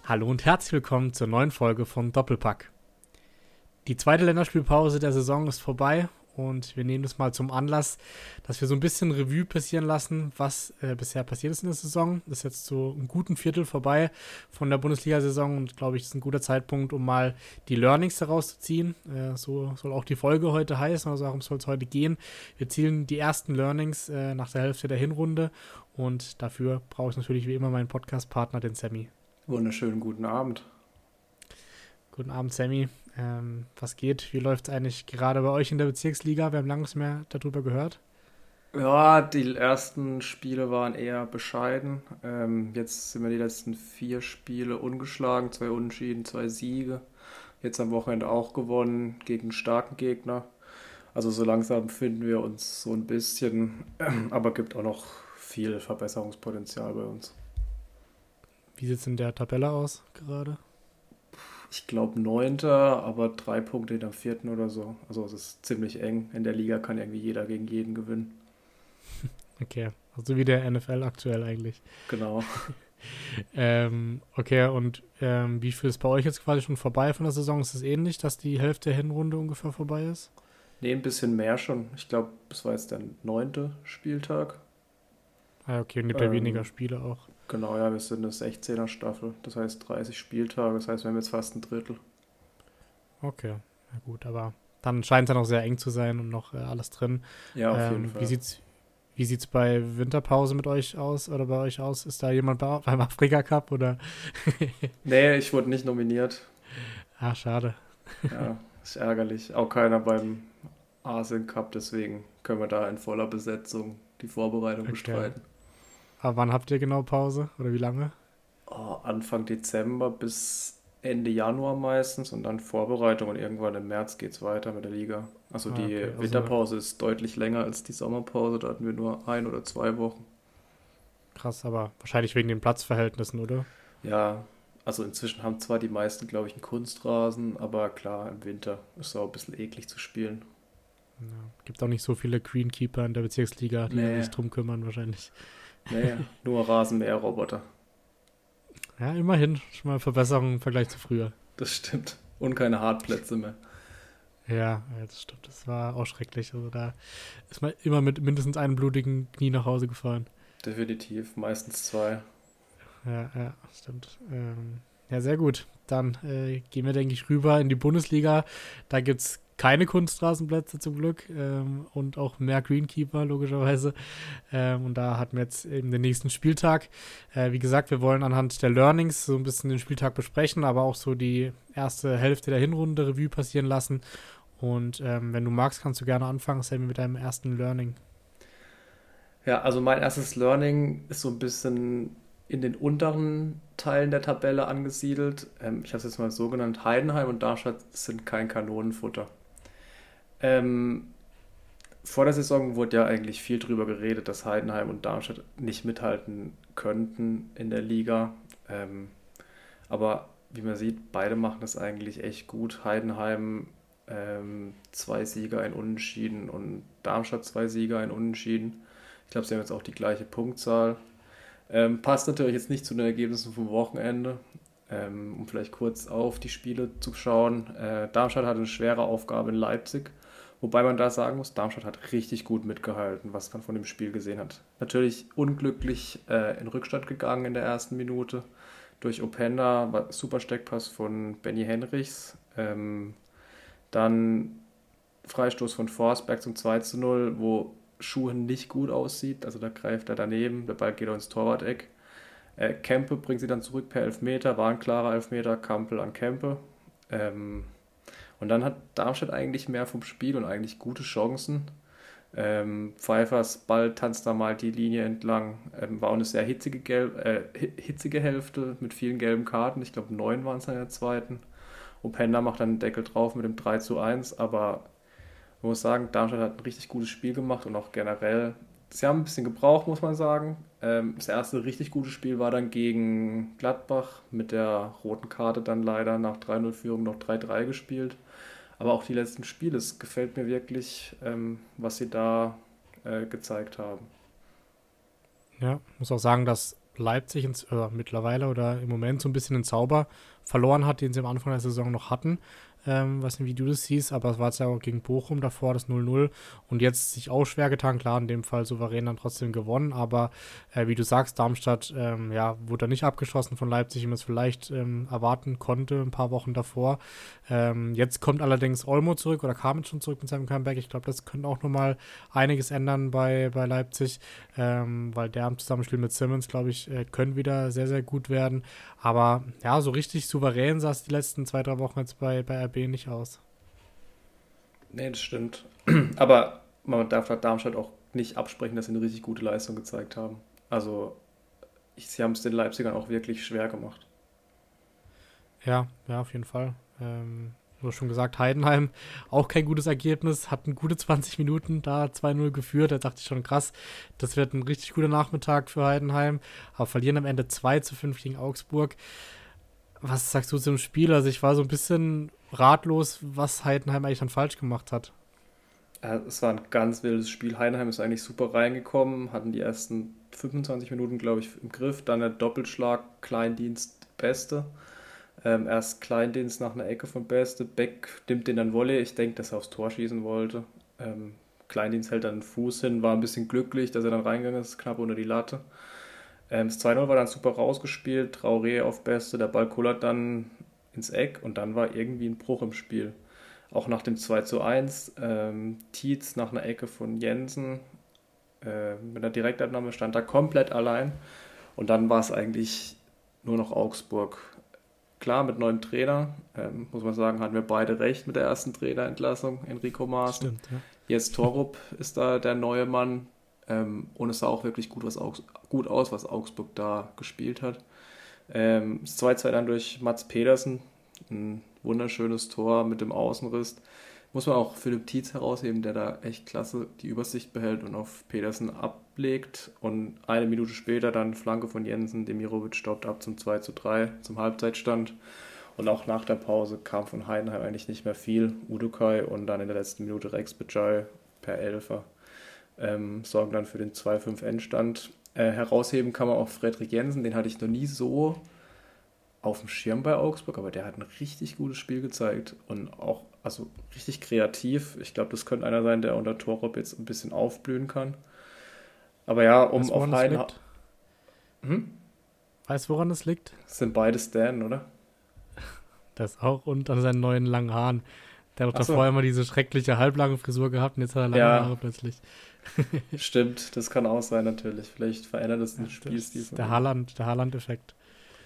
Hallo und herzlich willkommen zur neuen Folge von Doppelpack. Die zweite Länderspielpause der Saison ist vorbei und wir nehmen das mal zum Anlass, dass wir so ein bisschen Revue passieren lassen, was bisher passiert ist in der Saison. Das ist jetzt so ein guten Viertel vorbei von der Bundesliga-Saison und glaube ich, das ist ein guter Zeitpunkt, um mal die Learnings daraus zu ziehen. So soll auch die Folge heute heißen, also darum soll es heute gehen. Wir zielen die ersten Learnings nach der Hälfte der Hinrunde und dafür brauche ich natürlich wie immer meinen Podcast-Partner, den Sammy. Wunderschönen guten Abend. Guten Abend, Sammy. Was geht? Wie läuft es eigentlich gerade bei euch in der Bezirksliga? Wir haben lange nicht mehr darüber gehört. Ja, die ersten Spiele waren eher bescheiden. Jetzt sind wir die letzten 4 Spiele ungeschlagen, 2 Unentschieden, 2 Siege. Jetzt am Wochenende auch gewonnen gegen einen starken Gegner. Also so langsam finden wir uns so ein bisschen, aber gibt auch noch viel Verbesserungspotenzial bei uns. Wie sieht es in der Tabelle aus gerade? Ich glaube Neunter, aber 3 Punkte hinterm Vierten oder so. Also es ist ziemlich eng. In der Liga kann irgendwie jeder gegen jeden gewinnen. Okay, also wie der NFL aktuell eigentlich. Genau. Okay, und wie viel ist bei euch jetzt quasi schon vorbei von der Saison? Ist es ähnlich, dass die Hälfte der Hinrunde ungefähr vorbei ist? Nee, ein bisschen mehr schon. Ich glaube, das war jetzt der 9. Spieltag. Ah, okay, und gibt ja weniger Ähm, Spiele auch. genau, ja, wir sind eine 16er Staffel. Das heißt 30 Spieltage. Das heißt, wir haben jetzt fast ein Drittel. Okay, na gut, aber dann scheint es ja noch sehr eng zu sein und noch alles drin. Ja, auf jeden Wie Fall. sieht's bei Winterpause mit euch aus oder bei euch aus? Ist da jemand beim Afrika Cup oder? Nee, ich wurde nicht nominiert. Ah, schade. Ja, ist ärgerlich. Auch keiner beim Asien Cup. Deswegen können wir da in voller Besetzung die Vorbereitung Okay. bestreiten. Aber wann habt ihr genau Pause oder wie lange? Anfang Dezember bis Ende Januar meistens und dann Vorbereitung und irgendwann im März geht's weiter mit der Liga. Also Ah, die okay, also Winterpause ist deutlich länger als die Sommerpause, da hatten wir nur 1 oder 2 Wochen. krass, aber wahrscheinlich wegen den Platzverhältnissen, oder? Ja, also inzwischen haben zwar die meisten, glaube ich, einen Kunstrasen, aber klar, im Winter ist es auch ein bisschen eklig zu spielen. Ja, gibt auch nicht so viele Greenkeeper in der Bezirksliga, die da sich Nee, drum kümmern wahrscheinlich. nee, nur Rasenmäherroboter. Ja, immerhin schon mal Verbesserung im Vergleich zu früher. Das stimmt. Und keine Hartplätze mehr. Ja, das stimmt. Das war auch schrecklich. Also da ist man immer mit mindestens einem blutigen Knie nach Hause gefahren. Definitiv, meistens 2. Ja, stimmt. Ja, sehr gut. Dann gehen wir, denke ich, rüber in die Bundesliga. Da gibt es keine Kunstrasenplätze zum Glück und auch mehr Greenkeeper, logischerweise. Und da hatten wir jetzt eben den nächsten Spieltag. Wie gesagt, wir wollen anhand der Learnings so ein bisschen den Spieltag besprechen, aber auch so die erste Hälfte der Hinrunde Revue passieren lassen. Und wenn du magst, kannst du gerne anfangen, Sammy, mit deinem ersten Learning. Ja, also mein erstes Learning ist so ein bisschen in den unteren Teilen der Tabelle angesiedelt. Ich habe es jetzt mal so genannt, Heidenheim und Darmstadt sind kein Kanonenfutter. Ähm, Vor der Saison wurde ja eigentlich viel drüber geredet, dass Heidenheim und Darmstadt nicht mithalten könnten in der Liga. Ähm, aber wie man sieht, beide machen das eigentlich echt gut. Heidenheim 2 Sieger, ein Unentschieden und Darmstadt 2 Sieger, ein Unentschieden. Ich glaube, sie haben jetzt auch die gleiche Punktzahl. Passt natürlich jetzt nicht zu den Ergebnissen vom Wochenende, um vielleicht kurz auf die Spiele zu schauen. Darmstadt hatte eine schwere Aufgabe in Leipzig, wobei man da sagen muss, Darmstadt hat richtig gut mitgehalten, was man von dem Spiel gesehen hat. Natürlich unglücklich in Rückstand gegangen in der ersten Minute durch Openda, war super Steckpass von Benny Henrichs. Dann Freistoß von Forsberg zum 2:0, wo Schuhen nicht gut aussieht. Also da greift er daneben, der Ball geht auch ins Torwart-Eck. Kempe bringt sie dann zurück per Elfmeter, war ein klarer Elfmeter, Kampel an Kempe. Ähm, und dann hat Darmstadt eigentlich mehr vom Spiel und eigentlich gute Chancen. Pfeiffers Ball tanzt da mal die Linie entlang. War auch eine sehr hitzige Hälfte mit vielen gelben Karten. Ich glaube 9 waren es in der zweiten. Openda macht dann den Deckel drauf mit dem 3:1, aber ich muss sagen, Darmstadt hat ein richtig gutes Spiel gemacht und auch generell. Sie haben ein bisschen gebraucht, muss man sagen. Das erste richtig gute Spiel war dann gegen Gladbach mit der roten Karte dann leider nach 3:0 Führung noch 3:3 gespielt. Aber auch die letzten Spiele, es gefällt mir wirklich, was sie da gezeigt haben. Ja, muss auch sagen, dass Leipzig mittlerweile oder im Moment so ein bisschen den Zauber verloren hat, den sie am Anfang der Saison noch hatten. Weiß nicht, wie du das siehst, aber es war jetzt ja auch gegen Bochum davor, das 0-0 und jetzt sich auch schwer getan, klar, in dem Fall souverän dann trotzdem gewonnen, aber wie du sagst, Darmstadt wurde nicht abgeschossen von Leipzig, wie man es vielleicht erwarten konnte, ein paar Wochen davor. Jetzt kommt allerdings Olmo zurück oder kam jetzt schon zurück mit seinem Comeback. Ich glaube, das könnte auch nochmal einiges ändern bei Leipzig, weil der im Zusammenspiel mit Simmons, glaube ich, können wieder sehr, sehr gut werden. Aber ja, so richtig souverän sah es die letzten 2, 3 Wochen jetzt bei RB nicht aus. Nee, das stimmt. Aber man darf Darmstadt auch nicht absprechen, dass sie eine richtig gute Leistung gezeigt haben. Also, sie haben es den Leipzigern auch wirklich schwer gemacht. Ja, ja, auf jeden Fall. Du hast schon gesagt, Heidenheim auch kein gutes Ergebnis, hat eine gute 20 Minuten da 2-0 geführt. Da dachte ich schon, krass, das wird ein richtig guter Nachmittag für Heidenheim. Aber verlieren am Ende 2-5 gegen Augsburg. Was sagst du zum Spiel? Also ich war so ein bisschen ratlos, was Heidenheim eigentlich dann falsch gemacht hat. Es war ein ganz wildes Spiel. Heidenheim ist eigentlich super reingekommen, hatten die ersten 25 Minuten, glaube ich, im Griff. Dann der Doppelschlag, Kleindienst, Beste. Erst Kleindienst nach einer Ecke von Beste. Beck nimmt den dann Volley. Ich denke, dass er aufs Tor schießen wollte. Kleindienst hält dann den Fuß hin, war ein bisschen glücklich, dass er dann reingegangen ist, knapp unter die Latte. Das 2-0 war dann super rausgespielt. Traoré auf Beste, der Ball kullert dann ins Eck und dann war irgendwie ein Bruch im Spiel. Auch nach dem 2-1, Tietz nach einer Ecke von Jensen mit einer Direktabnahme stand da komplett allein. Und dann war es eigentlich nur noch Augsburg. Klar, mit neuem Trainer, muss man sagen, hatten wir beide recht mit der ersten Trainerentlassung, Enrico Maaßen. Stimmt, ja. Jetzt Torup ist da der neue Mann. Und es sah auch wirklich gut aus, was Augsburg da gespielt hat. Das 2-2 dann durch Mats Pedersen. Ein wunderschönes Tor mit dem Außenriss. Muss man auch Philipp Tietz herausheben, der da echt klasse die Übersicht behält und auf Pedersen ablegt. Und eine Minute später dann Flanke von Jensen. Demirovic staubt ab zum 2-3 zum Halbzeitstand. Und auch nach der Pause kam von Heidenheim eigentlich nicht mehr viel. Udukai und dann in der letzten Minute Rex Bejai per Elfer sorgen dann für den 2-5 Endstand. Herausheben kann man auch Frederik Jensen, den hatte ich noch nie so auf dem Schirm bei Augsburg, aber der hat ein richtig gutes Spiel gezeigt und auch also richtig kreativ. Ich glaube, das könnte einer sein, der unter Torup jetzt ein bisschen aufblühen kann. Aber ja, um Weißt du, auf woran das Heidenheim. liegt? Weißt du, woran das liegt? Sind beide Stan, oder? Das auch und an seinen neuen langen Haaren. Der hat doch Achso, davor immer diese schreckliche halblange Frisur gehabt und jetzt hat er lange ja, Haare plötzlich. stimmt. Das kann auch sein, natürlich. Vielleicht verändert es den Ja, das Spielstil ist von ihm. Der Haaland-Effekt.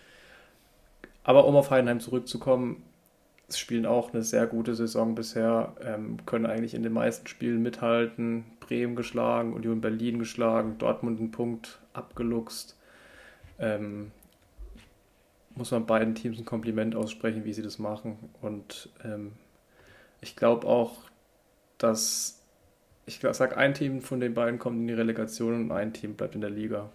Aber um auf Heidenheim zurückzukommen, sie spielen auch eine sehr gute Saison bisher, können eigentlich in den meisten Spielen mithalten. Bremen geschlagen, Union Berlin geschlagen, Dortmund einen Punkt abgeluchst. Ähm, Muss man beiden Teams ein Kompliment aussprechen, wie sie das machen. Und ich glaube auch, dass, ich sage, ein Team von den beiden kommt in die Relegation und ein Team bleibt in der Liga.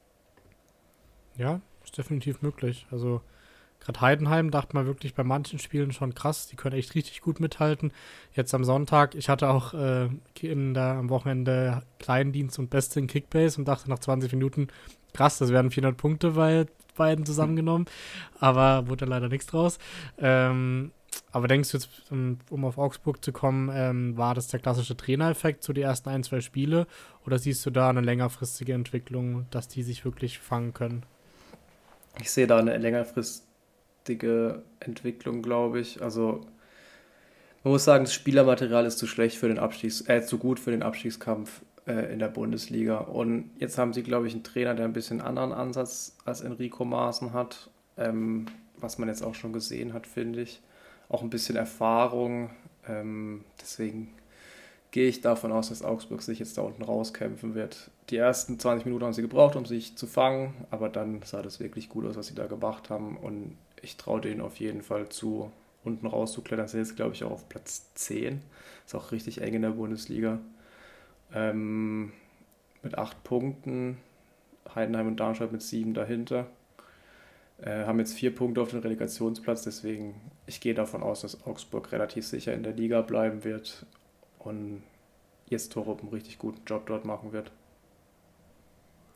Ja, ist definitiv möglich. Also gerade Heidenheim dachte man wirklich bei manchen Spielen schon krass, die können echt richtig gut mithalten. Jetzt am Sonntag, ich hatte auch am Wochenende Kleindienst und Beste in Kickbase und dachte nach 20 Minuten, krass, das werden 400 Punkte bei beiden zusammengenommen, aber wurde leider nichts draus. Aber denkst du jetzt, um auf Augsburg zu kommen, war das der klassische Trainereffekt, so die ersten 1, 2 Spiele, oder siehst du da eine längerfristige Entwicklung, dass die sich wirklich fangen können? Ich sehe da eine längerfristige Entwicklung, glaube ich. Also man muss sagen, das Spielermaterial ist zu schlecht für den zu gut für den Abstiegskampf in der Bundesliga. Und jetzt haben sie, glaube ich, einen Trainer, der ein bisschen anderen Ansatz als Enrico Maaßen hat, was man jetzt auch schon gesehen hat, finde ich. Auch ein bisschen Erfahrung. Deswegen gehe ich davon aus, dass Augsburg sich jetzt da unten rauskämpfen wird. Die ersten 20 Minuten haben sie gebraucht, um sich zu fangen, aber dann sah das wirklich gut aus, was sie da gemacht haben. Und ich traue denen auf jeden Fall zu, unten rauszuklettern. Sind jetzt, glaube ich, auch auf Platz 10. Ist auch richtig eng in der Bundesliga. Ähm, mit 8 Punkten. Heidenheim und Darmstadt mit 7 dahinter. Haben jetzt 4 Punkte auf den Relegationsplatz. Deswegen, ich gehe davon aus, dass Augsburg relativ sicher in der Liga bleiben wird. Und jetzt Torup einen richtig guten Job dort machen wird.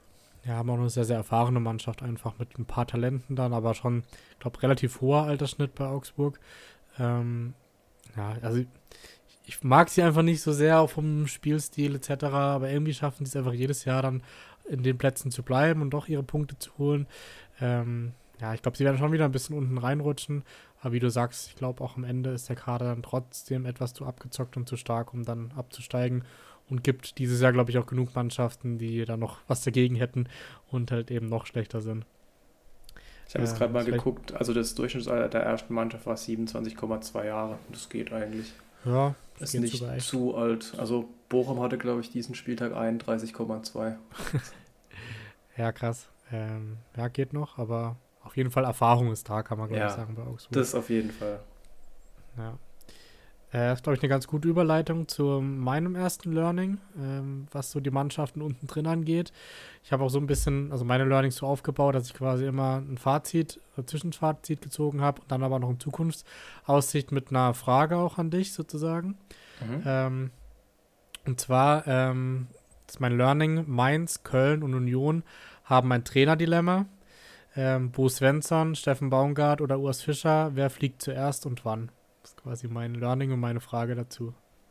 Ja, haben auch eine sehr, sehr erfahrene Mannschaft, einfach mit ein paar Talenten dann, aber schon, ich glaube, relativ hoher Altersschnitt bei Augsburg. Ähm, ja, also ich mag sie einfach nicht so sehr, auch vom Spielstil etc., aber irgendwie schaffen sie es einfach jedes Jahr dann in den Plätzen zu bleiben und doch ihre Punkte zu holen. Ja, ich glaube, sie werden schon wieder ein bisschen unten reinrutschen, aber wie du sagst, ich glaube auch am Ende ist der Kader dann trotzdem etwas zu abgezockt und zu stark, um dann abzusteigen und gibt dieses Jahr, glaube ich, auch genug Mannschaften, die da noch was dagegen hätten und halt eben noch schlechter sind. Ich habe jetzt gerade mal Vielleicht, geguckt, also das Durchschnittsalter der ersten Mannschaft war 27,2 Jahre. Das geht eigentlich. ja, das Ist geht sogar nicht echt. zu alt. Also Bochum hatte, glaube ich, diesen Spieltag 31,2. Ja, krass. Ja, geht noch, aber auf jeden Fall Erfahrung ist da, kann man, glaube ich, Ja, sagen, bei Augsburg. das auf jeden Fall. Ja. Das ist, glaube ich, eine ganz gute Überleitung zu meinem ersten Learning, was so die Mannschaften unten drin angeht. Ich habe auch so ein bisschen, also meine Learnings so aufgebaut, dass ich quasi immer ein Fazit, ein Zwischenfazit gezogen habe und dann aber noch eine Zukunftsaussicht mit einer Frage auch an dich sozusagen. Mhm. Ähm, und zwar ist mein Learning: Mainz, Köln und Union haben ein Trainerdilemma. Bo Svensson, Steffen Baumgart oder Urs Fischer, wer fliegt zuerst und wann? Das ist quasi mein Learning und meine Frage dazu.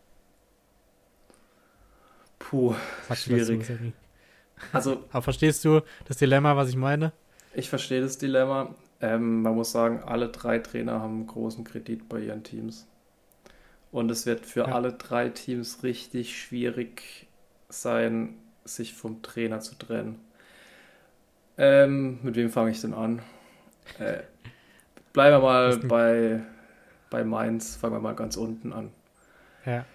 Puh, Was sagst du dazu, schwierig. Sammy? Also Aber verstehst du das Dilemma, was ich meine? ich verstehe das Dilemma. Man muss sagen, alle drei Trainer haben einen großen Kredit bei ihren Teams. Und es wird für Ja, alle drei Teams richtig schwierig sein, sich vom Trainer zu trennen. Mit wem fange ich denn an? Äh, Bleiben wir das mal ist ein, bei Mainz, fangen wir mal ganz unten an. ja,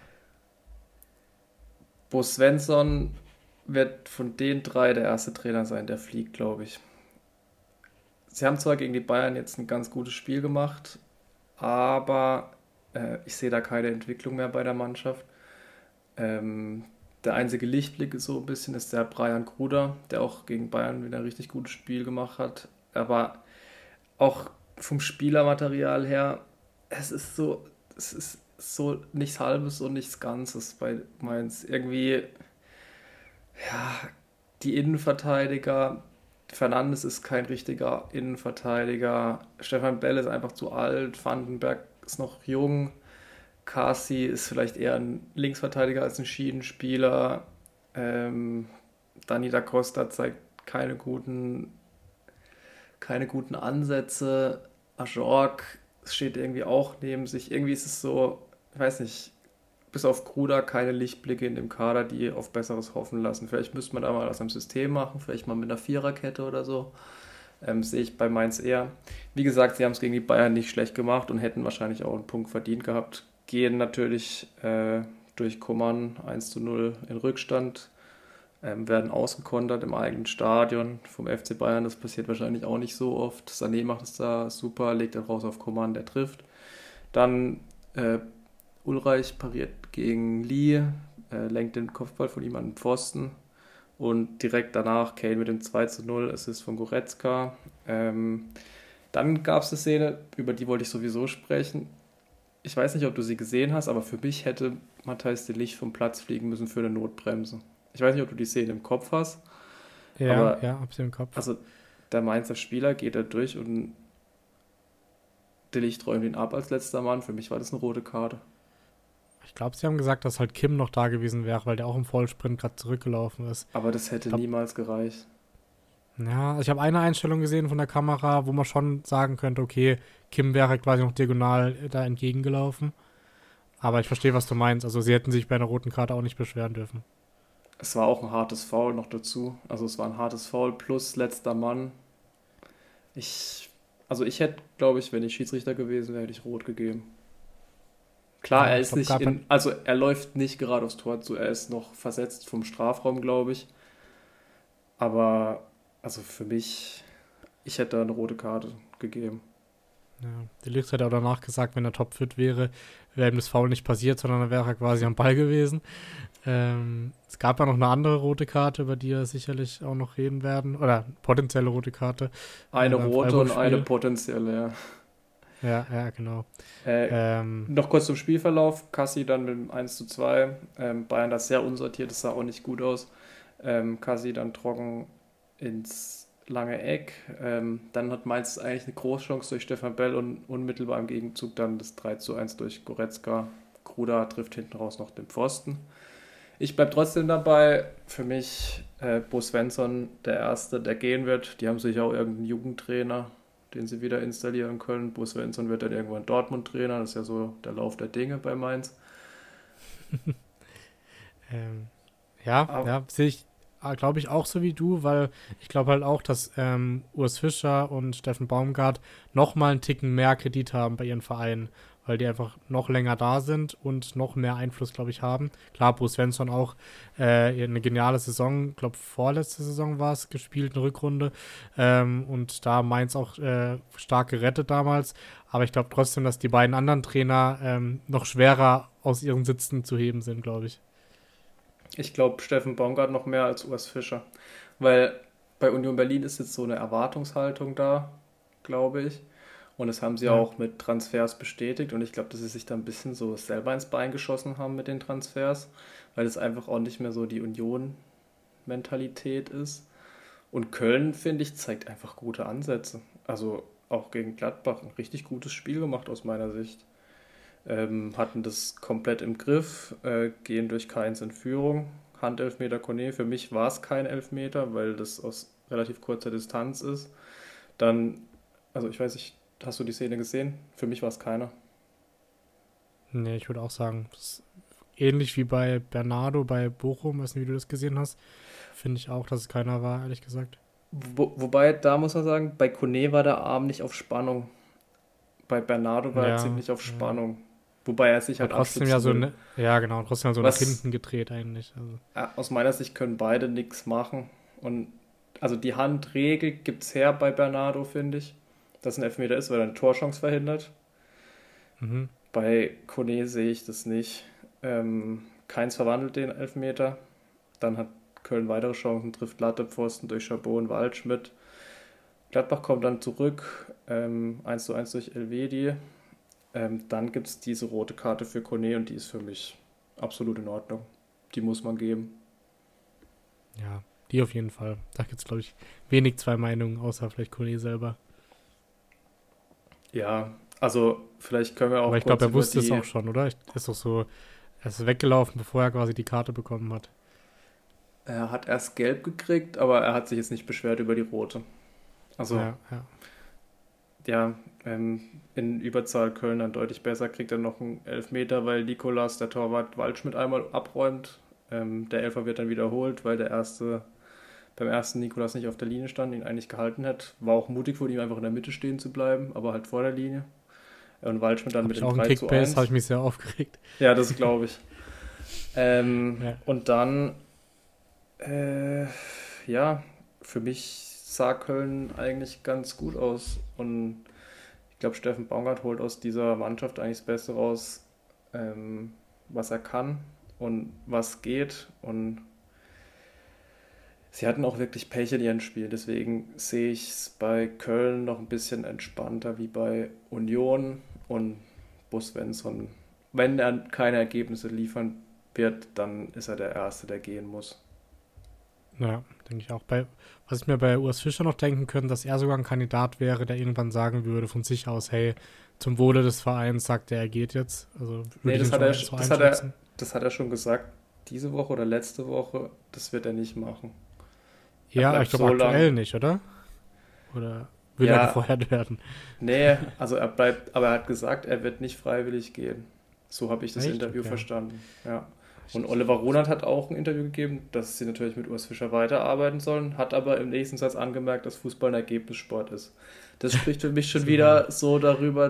Bo Svensson wird von den drei der erste Trainer sein, der fliegt, glaube ich. Sie haben zwar gegen die Bayern jetzt ein ganz gutes Spiel gemacht, aber ich sehe da keine Entwicklung mehr bei der Mannschaft. Ähm, Der einzige Lichtblick ist so ein bisschen ist der Brian Gruder, der auch gegen Bayern wieder ein richtig gutes Spiel gemacht hat. Aber auch vom Spielermaterial her, es ist so nichts Halbes und nichts Ganzes bei Mainz. Irgendwie, ja, die Innenverteidiger, Fernandes ist kein richtiger Innenverteidiger, Stefan Bell ist einfach zu alt, Vandenberg ist noch jung, Kasi ist vielleicht eher ein Linksverteidiger als ein Schienenspieler. Ähm, Dani da Costa zeigt keine guten Ansätze. Ajorg steht irgendwie auch neben sich. Irgendwie ist es so, ich weiß nicht, bis auf Kruder keine Lichtblicke in dem Kader, die auf Besseres hoffen lassen. Vielleicht müsste man da mal was am System machen, vielleicht mal mit einer Viererkette oder so. Sehe ich bei Mainz eher. Wie gesagt, sie haben es gegen die Bayern nicht schlecht gemacht und hätten wahrscheinlich auch einen Punkt verdient gehabt. Gehen natürlich durch Coman 1:0 in Rückstand, werden ausgekontert im eigenen Stadion vom FC Bayern. Das passiert wahrscheinlich auch nicht so oft. Sané macht es da super, legt dann raus auf Coman, der trifft. Dann Ulreich pariert gegen Lee, lenkt den Kopfball von ihm an den Pfosten. Und direkt danach Kane mit dem 2:0, es ist von Goretzka. Dann gab es eine Szene, über die wollte ich sowieso sprechen. Ich weiß nicht, ob du sie gesehen hast, aber für mich hätte Matthijs de Ligt vom Platz fliegen müssen für eine Notbremse. Ich weiß nicht, ob du die Szene im Kopf hast, ja, aber ja, hab's im Kopf. also der Mainzer Spieler geht da durch und de Ligt räumt ihn ab als letzter Mann. Für mich war das eine rote Karte. Ich glaube, sie haben gesagt, dass halt Kim noch da gewesen wäre, weil der auch im Vollsprint gerade zurückgelaufen ist. Aber das Ich hätte glaube, niemals gereicht. ja, also ich habe eine Einstellung gesehen von der Kamera, wo man schon sagen könnte, okay, Kim wäre quasi noch diagonal da entgegengelaufen. Aber ich verstehe, was du meinst. Also sie hätten sich bei einer roten Karte auch nicht beschweren dürfen. Es war auch ein hartes Foul noch dazu. Also es war ein hartes Foul plus letzter Mann. Ich, also ich hätte, glaube ich, wenn ich Schiedsrichter gewesen wäre, hätte ich rot gegeben. Klar, er Ja, ich ist glaube, nicht gab in, also er läuft nicht gerade aufs Tor zu, er ist noch versetzt vom Strafraum, glaube ich. Aber also für mich, ich hätte da eine rote Karte gegeben. ja, die Ligt hat auch danach gesagt, wenn er topfit wäre, wäre ihm das Foul nicht passiert, sondern er wäre quasi am Ball gewesen. Es gab ja noch eine andere rote Karte, über die wir sicherlich auch noch reden werden. Oder potenzielle rote Karte Eine beim rote und eine Freiburg-Spiel. potenzielle, ja. Ja, ja, genau. Äh, Ähm, Noch kurz zum Spielverlauf. Kassi dann mit dem 1:2. Bayern das sehr unsortiert, das sah auch nicht gut aus. Kassi dann trocken ins lange Eck. Dann hat Mainz eigentlich eine Großchance durch Stefan Bell und unmittelbar im Gegenzug dann das 3:1 durch Goretzka. Gruda trifft hinten raus noch den Pfosten. Ich bleibe trotzdem dabei. Für mich Bo Svensson der Erste, der gehen wird. Die haben sicher auch irgendeinen Jugendtrainer, den sie wieder installieren können. Bo Svensson wird dann irgendwann Dortmund-Trainer. Das ist ja so der Lauf der Dinge bei Mainz. Ja, sehe ich, glaube ich, auch so wie du, weil ich glaube halt auch, dass Urs Fischer und Steffen Baumgart noch mal einen Ticken mehr Kredit haben bei ihren Vereinen, weil die einfach noch länger da sind und noch mehr Einfluss, glaube ich, haben. Klar, Bo Svensson auch eine geniale Saison, ich glaube vorletzte Saison war es, gespielt, eine Rückrunde und da Mainz auch stark gerettet damals, aber ich glaube trotzdem, dass die beiden anderen Trainer noch schwerer aus ihren Sitzen zu heben sind, glaube ich. Ich glaube, Steffen Baumgart noch mehr als Urs Fischer. Weil bei Union Berlin ist jetzt so eine Erwartungshaltung da, glaube ich. Und das haben sie Ja, auch mit Transfers bestätigt. Und ich glaube, dass sie sich da ein bisschen so selber ins Bein geschossen haben mit den Transfers, weil es einfach auch nicht mehr so die Union-Mentalität ist. Und Köln, finde ich, zeigt einfach gute Ansätze. Also auch gegen Gladbach ein richtig gutes Spiel gemacht aus meiner Sicht. Hatten das komplett im Griff, gehen durch Kainz in Führung. Handelfmeter Kone, für mich war es kein Elfmeter, weil das aus relativ kurzer Distanz ist. Dann, also ich weiß nicht, hast du die Szene gesehen? Für mich war es keiner. nee, ich würde auch sagen, das ist ähnlich wie bei Bernardo bei Bochum, weiß nicht, wie du das gesehen hast, finde ich auch, dass es keiner war, ehrlich gesagt. Wobei, da muss man sagen, bei Kone war der Arm nicht auf Spannung. Bei Bernardo war er Ja, ziemlich auf ja. Spannung. Wobei er sich Aber halt trotzdem ja abstützen so, will. ne, ja genau, trotzdem so nach Was hinten gedreht eigentlich. Also, aus meiner Sicht können beide nichts machen. Und also die Handregel gibt es her bei Bernardo, finde ich, dass ein Elfmeter ist, weil er eine Torchance verhindert. mhm. Bei Kone sehe ich das nicht. Keins verwandelt den Elfmeter. Dann hat Köln weitere Chancen, trifft Latte, Pfosten durch Chabot und Waldschmidt. Gladbach kommt dann zurück, 1:1 durch Elvedi. Dann gibt es diese rote Karte für Kone und die ist für mich absolut in Ordnung. Die muss man geben. Ja, die auf jeden Fall. Da gibt es, glaube ich, wenig zwei Meinungen, außer vielleicht Kone selber. Ja, also vielleicht können wir Aber auch ich glaube, kurz er über wusste es die. auch schon, oder? Ist doch so, er ist weggelaufen, bevor er quasi die Karte bekommen hat. Er hat erst gelb gekriegt, aber er hat sich jetzt nicht beschwert über die rote. Also, Ja, ja. ja, in Überzahl Köln dann deutlich besser, kriegt er noch einen Elfmeter, weil Nikolas, der Torwart, Waldschmidt einmal abräumt. Der Elfer wird dann wiederholt, weil beim ersten Nikolas nicht auf der Linie stand, ihn eigentlich gehalten hat. War auch mutig von ihm, einfach in der Mitte stehen zu bleiben, aber halt vor der Linie. Und Waldschmidt dann Habe mit ich dem auch in 3 zu Kickbase, habe ich 1. mich sehr aufgeregt. Ja, das glaube ich. Ja, Und dann, äh, ja, für mich sah Köln eigentlich ganz gut aus. Und ich glaube, Steffen Baumgart holt aus dieser Mannschaft eigentlich das Beste raus, was er kann und was geht. Und sie hatten auch wirklich Pech in ihren Spielen. Deswegen sehe ich es bei Köln noch ein bisschen entspannter wie bei Union und Bo Svensson. Wenn er keine Ergebnisse liefern wird, dann ist er der Erste, der gehen muss. ja, denke ich auch. Was ich mir bei Urs Fischer noch denken könnte, dass er sogar ein Kandidat wäre, der irgendwann sagen würde von sich aus, hey, zum Wohle des Vereins sagt er, er geht jetzt. Also würde Nee, ich ihn schon so einschätzen. das hat er schon gesagt, diese Woche oder letzte Woche, das wird er nicht machen. Er Ja, aber bleibt ich glaube so aktuell lang. nicht, oder? Oder will er Ja, gefeuert werden? nee, also er bleibt, aber er hat gesagt, er wird nicht freiwillig gehen. So habe ich das Echt? Interview Okay. verstanden. Ja. Und Ich, Oliver Runert hat auch ein Interview gegeben, dass sie natürlich mit Urs Fischer weiterarbeiten sollen, hat aber im nächsten Satz angemerkt, dass Fußball ein Ergebnissport ist. Das spricht für mich schon super. wieder so darüber,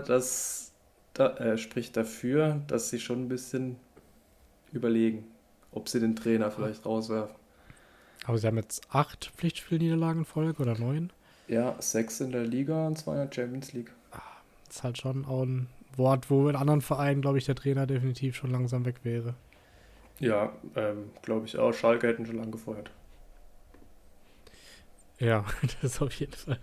spricht dafür, dass sie schon ein bisschen überlegen, ob sie den Trainer vielleicht rauswerfen. Aber sie haben jetzt 8 Pflichtspielniederlagen in Folge oder 9. Ja, 6 in der Liga und 2 in der Champions League. Das ist halt schon auch ein Wort, wo in anderen Vereinen, glaube ich, der Trainer definitiv schon langsam weg wäre. Ja, glaube ich auch. Schalke hätten schon lange gefeuert. Ja, das auf jeden Fall.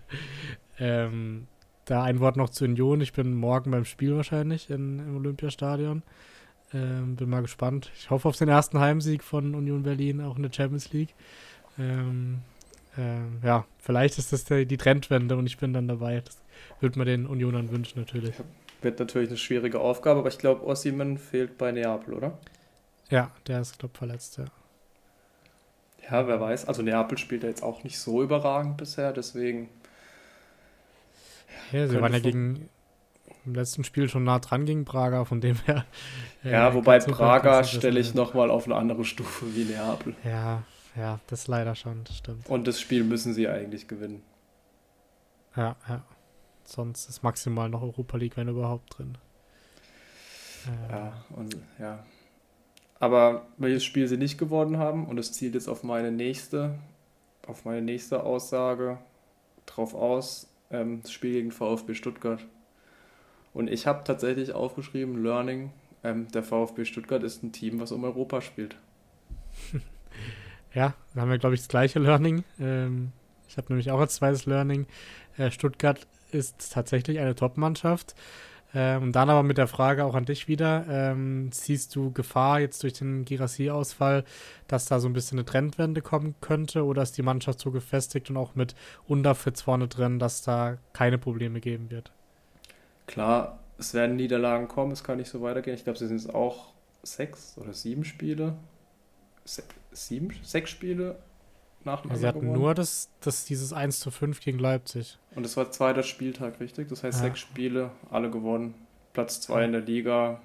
Da ein Wort noch zu Union. Ich bin morgen beim Spiel wahrscheinlich im Olympiastadion. Bin mal gespannt. Ich hoffe auf den ersten Heimsieg von Union Berlin, auch in der Champions League. Ähm, Ja, vielleicht ist das die Trendwende und ich bin dann dabei. Das würde man den Unionern wünschen, natürlich. Wird natürlich eine schwierige Aufgabe, aber ich glaube, Osimhen fehlt bei Neapel, oder? Ja, der ist, glaube ich, verletzt, ja. Ja, wer weiß. Also Neapel spielt ja jetzt auch nicht so überragend bisher, deswegen Ja, sie waren ja im letzten Spiel schon nah dran gegen Braga, von dem her. Ja, wobei kein Zufall, Braga kannst du stelle ich wissen. nochmal auf eine andere Stufe wie Neapel. Ja, das leider schon, das stimmt. Und das Spiel müssen sie eigentlich gewinnen. Ja. Sonst ist maximal noch Europa League, wenn überhaupt drin. Ja. Aber welches Spiel sie nicht gewonnen haben, und das zielt jetzt auf meine nächste Aussage drauf aus, das Spiel gegen VfB Stuttgart. Und ich habe tatsächlich aufgeschrieben, Learning, der VfB Stuttgart ist ein Team, was um Europa spielt. Ja, da haben wir, glaube ich, das gleiche Learning. Ich habe nämlich auch als zweites Learning. Stuttgart ist tatsächlich eine Top-Mannschaft. Und dann aber mit der Frage auch an dich wieder. Siehst du Gefahr jetzt durch den Guirassy-Ausfall, dass da so ein bisschen eine Trendwende kommen könnte? Oder ist die Mannschaft so gefestigt und auch mit Underfits vorne drin, dass da keine Probleme geben wird? Klar, es werden Niederlagen kommen, es kann nicht so weitergehen. Ich glaube, sie sind jetzt auch 6 oder 7 Spiele. 6 Spiele Ja, nacheinander sie hatten gewonnen. nur dieses 1:5 gegen Leipzig. Und das war zweiter Spieltag, richtig? Das heißt Ja, 6 Spiele, alle gewonnen. Platz 2 ja. in der Liga.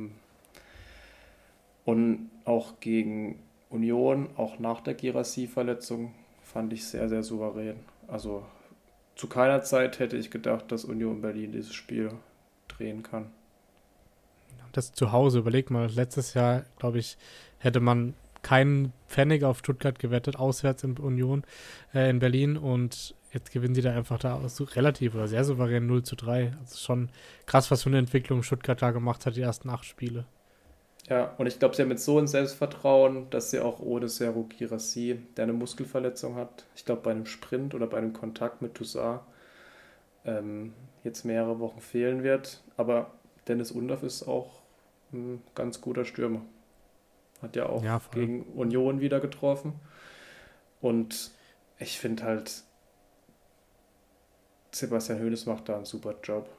Und auch gegen Union, auch nach der Guirassy-Verletzung, fand ich sehr, sehr souverän. Also zu keiner Zeit hätte ich gedacht, dass Union Berlin dieses Spiel drehen kann. Das zu Hause, überleg mal, letztes Jahr, glaube ich, hätte man keinen Pfennig auf Stuttgart gewettet, auswärts in Union, in Berlin, und jetzt gewinnen sie da einfach so relativ oder sehr souverän 0:3. Also schon krass, was für eine Entwicklung Stuttgart da gemacht hat, die ersten 8 Spiele. Ja, und ich glaube, sie haben jetzt so ein Selbstvertrauen, dass sie auch ohne Serhou Guirassy, der eine Muskelverletzung hat, ich glaube bei einem Sprint oder bei einem Kontakt mit Toussaint, jetzt mehrere Wochen fehlen wird. Aber Dennis Undaff ist auch ein ganz guter Stürmer. Hat ja auch Ja, voll. gegen Union wieder getroffen. Und ich finde halt, Sebastian Hoeneß macht da einen super Job.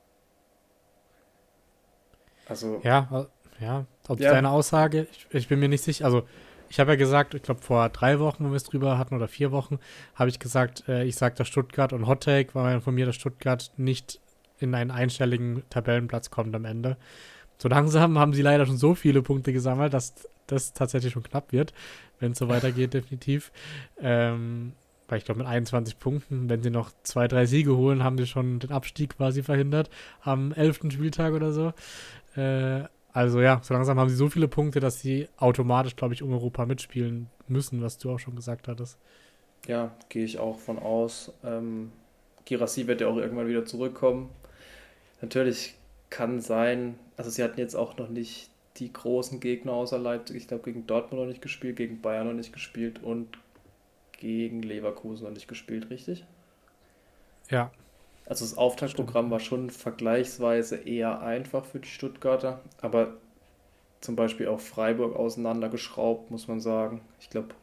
Also, Ja, ob ja, deine Aussage, ich bin mir nicht sicher, also ich habe ja gesagt, ich glaube vor 3 Wochen, wo wir es drüber hatten, oder 4 Wochen, habe ich gesagt, ich sage, dass Stuttgart, und Hot Take war von mir, dass Stuttgart nicht in einen einstelligen Tabellenplatz kommt am Ende. So langsam haben sie leider schon so viele Punkte gesammelt, dass das tatsächlich schon knapp wird, wenn es so weitergeht, definitiv. Weil ich glaube, mit 21 Punkten, wenn sie noch 2, 3 Siege holen, haben sie schon den Abstieg quasi verhindert am 11. Spieltag oder so. Also ja, so langsam haben sie so viele Punkte, dass sie automatisch, glaube ich, um Europa mitspielen müssen, was du auch schon gesagt hattest. ja, gehe ich auch von aus. Guirassy wird ja auch irgendwann wieder zurückkommen. Natürlich kann sein, also sie hatten jetzt auch noch nicht die großen Gegner außer Leipzig. Ich glaube, gegen Dortmund noch nicht gespielt, gegen Bayern noch nicht gespielt und gegen Leverkusen noch nicht gespielt, richtig? Ja, Also das stimmt. Auftaktprogramm war schon vergleichsweise eher einfach für die Stuttgarter, aber zum Beispiel auch Freiburg auseinandergeschraubt, muss man sagen. Ich glaube,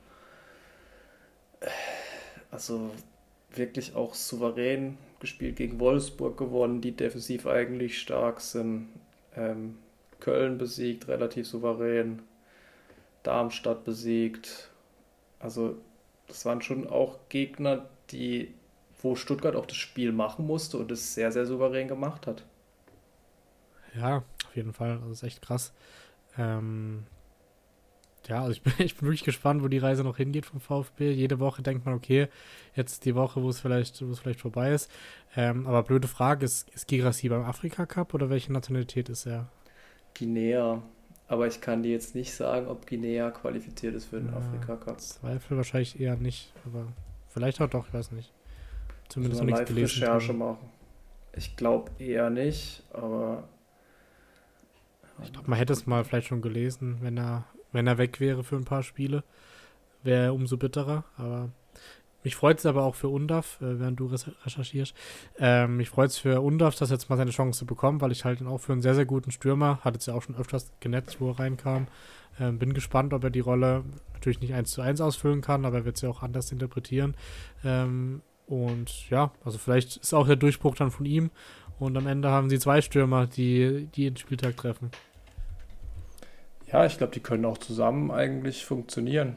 also wirklich auch souverän gespielt, gegen Wolfsburg gewonnen, die defensiv eigentlich stark sind. Ähm, Köln besiegt, relativ souverän. Darmstadt besiegt. Also das waren schon auch Gegner, wo Stuttgart auch das Spiel machen musste und es sehr, sehr souverän gemacht hat. Ja, auf jeden Fall. Das ist echt krass. Ähm, ja, also ich bin wirklich gespannt, wo die Reise noch hingeht vom VfB. Jede Woche denkt man, okay, jetzt ist die Woche, wo es vielleicht vorbei ist. Aber blöde Frage, ist Girassi beim Afrika Cup oder welche Nationalität ist er? Guinea. Aber ich kann dir jetzt nicht sagen, ob Guinea qualifiziert ist für den Afrika Cup. Zweifel wahrscheinlich eher nicht, aber vielleicht auch doch, ich weiß nicht. Müssen Zumindest wir noch nichts gelesen Live-Recherche drüber. machen. Ich glaube eher nicht, aber Ich glaube, man hätte es mal vielleicht schon gelesen, wenn er weg wäre für ein paar Spiele. Wäre er umso bitterer, aber mich freut es aber auch für Undav, während du recherchierst. Mich freut es für Undav, dass er jetzt mal seine Chance bekommt, weil ich halte ihn auch für einen sehr, sehr guten Stürmer. Hat jetzt ja auch schon öfters genetzt, wo er reinkam. Bin gespannt, ob er die Rolle natürlich nicht 1:1 ausfüllen kann, aber er wird es ja auch anders interpretieren. Und ja, also vielleicht ist auch der Durchbruch dann von ihm und am Ende haben sie 2 Stürmer, die den Spieltag treffen. Ja, ich glaube, die können auch zusammen eigentlich funktionieren.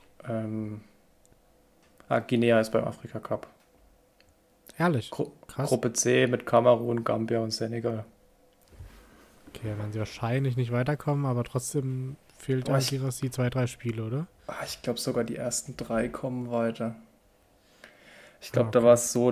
Guinea ist beim Afrika Cup. Ehrlich, krass. Gruppe C mit Kamerun, Gambia und Senegal. Okay, dann werden sie wahrscheinlich nicht weiterkommen, aber trotzdem fehlt Aber halt die 2, 3 Spiele, oder? ich glaube, sogar die ersten 3 kommen weiter. Ich Ah, glaube, da okay. war es so,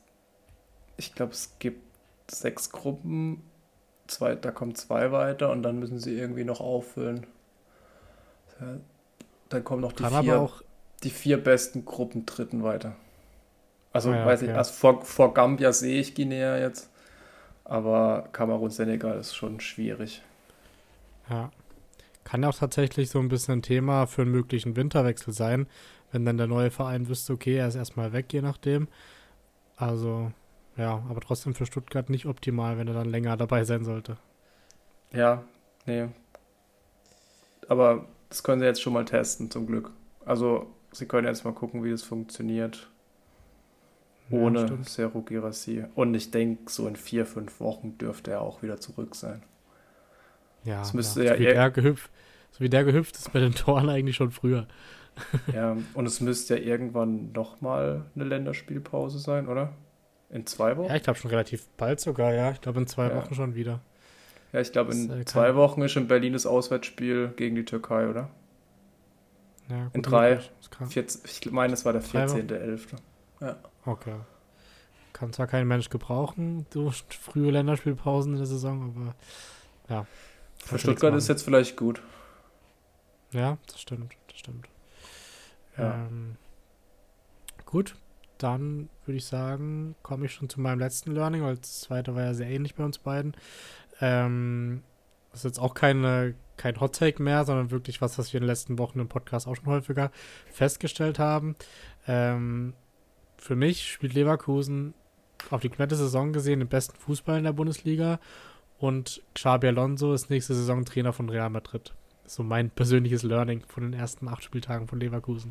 es gibt 6 Gruppen, da kommen 2 weiter und dann müssen sie irgendwie noch auffüllen. Ja, dann kommen noch Kann aber auch. die 4 besten Gruppen Dritten weiter. Ah Also ja, weiß ich, okay. erst vor Gambia sehe ich Guinea jetzt, aber Kamerun, Senegal ist schon schwierig. Ja. Kann ja auch tatsächlich so ein bisschen ein Thema für einen möglichen Winterwechsel sein, wenn dann der neue Verein wüsste, okay, er ist erstmal weg, je nachdem. Also, ja, aber trotzdem für Stuttgart nicht optimal, wenn er dann länger dabei sein sollte. Ja, nee, aber das können sie jetzt schon mal testen, zum Glück. Also, sie können jetzt mal gucken, wie das funktioniert Ja, ohne stimmt. Serhou Guirassy. Und ich denke, so in 4, 5 Wochen dürfte er auch wieder zurück sein. Es Ja, ja. müsste ja, ir- So wie der gehüpft ist bei den Toren eigentlich schon früher. ja, und es müsste ja irgendwann nochmal eine Länderspielpause sein, oder? In 2 Ja, Wochen? ich glaube schon relativ bald sogar, ja. Ich glaube in 2 Ja. Wochen schon wieder. Ja, ich glaube, Das in kann. 2 Wochen ist in Berlin das Auswärtsspiel gegen die Türkei, oder? Ja, In gut 3, möglich. Das kann. 14, ich meine, es war der 3 Wochen. 14.11. Ja. Okay. Kann zwar kein Mensch gebrauchen, so frühe Länderspielpausen in der Saison, aber ja, Für kannst du nichts Stuttgart ist machen. jetzt vielleicht gut. Ja, das stimmt, das stimmt. Ja. Ähm, gut, dann würde ich sagen, komme ich schon zu meinem letzten Learning, weil das zweite war ja sehr ähnlich bei uns beiden. Das ist jetzt auch kein Hot Take mehr, sondern wirklich was wir in den letzten Wochen im Podcast auch schon häufiger festgestellt haben. Für mich spielt Leverkusen auf die komplette Saison gesehen den besten Fußball in der Bundesliga und Xabi Alonso ist nächste Saison Trainer von Real Madrid. Das ist so mein persönliches Learning von den ersten 8 Spieltagen von Leverkusen.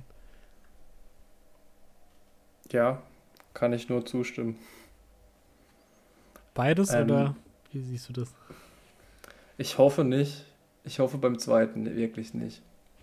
Ja, kann ich nur zustimmen. Beides Ähm, oder wie siehst du das? Ich hoffe nicht. Ich hoffe beim zweiten wirklich nicht.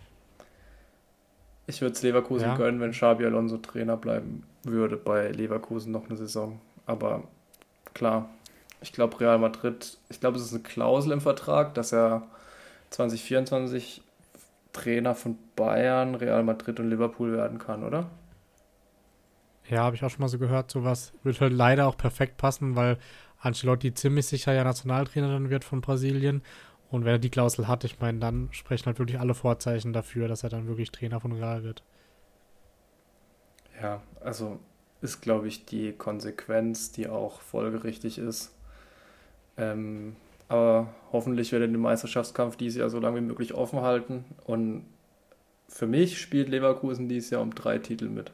Ich würde es Leverkusen Ja, gönnen, wenn Xabi Alonso Trainer bleiben würde bei Leverkusen noch eine Saison. Aber klar, ich glaube Real Madrid, ich glaube es ist eine Klausel im Vertrag, dass er 2024 Trainer von Bayern, Real Madrid und Liverpool werden kann, oder? ja, habe ich auch schon mal so gehört. Sowas wird halt leider auch perfekt passen, weil Ancelotti ziemlich sicher ja Nationaltrainer dann wird von Brasilien. Und wenn er die Klausel hat, ich meine, dann sprechen halt wirklich alle Vorzeichen dafür, dass er dann wirklich Trainer von Real wird. Ja, also ist, glaube ich, die Konsequenz, die auch folgerichtig ist. Aber hoffentlich wird er den Meisterschaftskampf dieses Jahr so lange wie möglich offen halten. Und für mich spielt Leverkusen dieses Jahr um 3 Titel mit.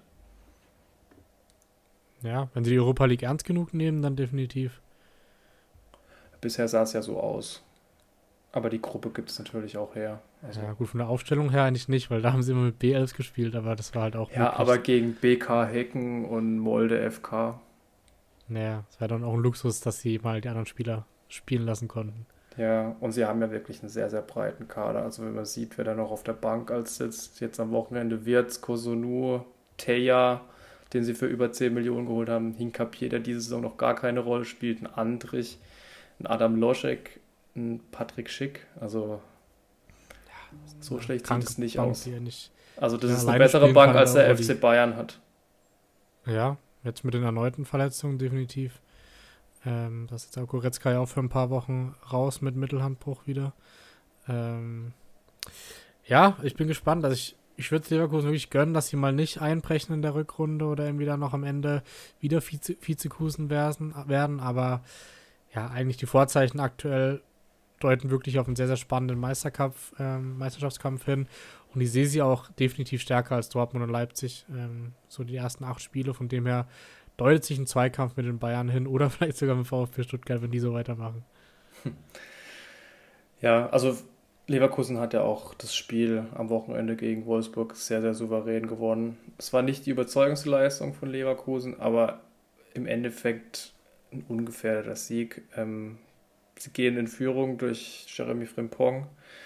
Ja, wenn sie die Europa League ernst genug nehmen, dann definitiv. Bisher sah es ja so aus. Aber die Gruppe gibt es natürlich auch her. Ja, Also, gut, von der Aufstellung her eigentlich nicht, weil da haben sie immer mit B11 gespielt, aber das war halt auch ja, aber wirklich, gegen BK Hecken und Molde FK. naja, es war dann auch ein Luxus, dass sie mal die anderen Spieler spielen lassen konnten. Ja, und sie haben ja wirklich einen sehr, sehr breiten Kader. Also wenn man sieht, wer da noch auf der Bank als jetzt am Wochenende Wirtz, Kosunu, Teja, den sie für über 10 Millionen geholt haben, Hincapié, der diese Saison noch gar keine Rolle spielt, ein Andrich, ein Adam Loschek, ein Patrick Schick. Also so Eine schlecht sieht es nicht Bank, aus. die er nicht, Also die das dann ist eine alleine bessere spielen Bank, kann in als der der Euroleague. FC Bayern hat. Ja, jetzt mit den erneuten Verletzungen definitiv. Das ist jetzt auch Goretzka ja auch für ein paar Wochen raus mit Mittelhandbruch wieder. Ähm, ja, ich bin gespannt. Also ich würde es Leverkusen wirklich gönnen, dass sie mal nicht einbrechen in der Rückrunde oder irgendwie dann noch am Ende wieder Vizekusen werden. Aber ja, eigentlich die Vorzeichen aktuell deuten wirklich auf einen sehr, sehr spannenden Meisterschaftskampf hin. Und ich sehe sie auch definitiv stärker als Dortmund und Leipzig. So die ersten 8 Spiele. Von dem her deutet sich ein Zweikampf mit den Bayern hin oder vielleicht sogar mit VfB Stuttgart, wenn die so weitermachen. Ja, also Leverkusen hat ja auch das Spiel am Wochenende gegen Wolfsburg sehr, sehr souverän gewonnen. Es war nicht die Überzeugungsleistung von Leverkusen, aber im Endeffekt ein ungefährdeter Sieg. Sie gehen in Führung durch Jeremy Frimpong.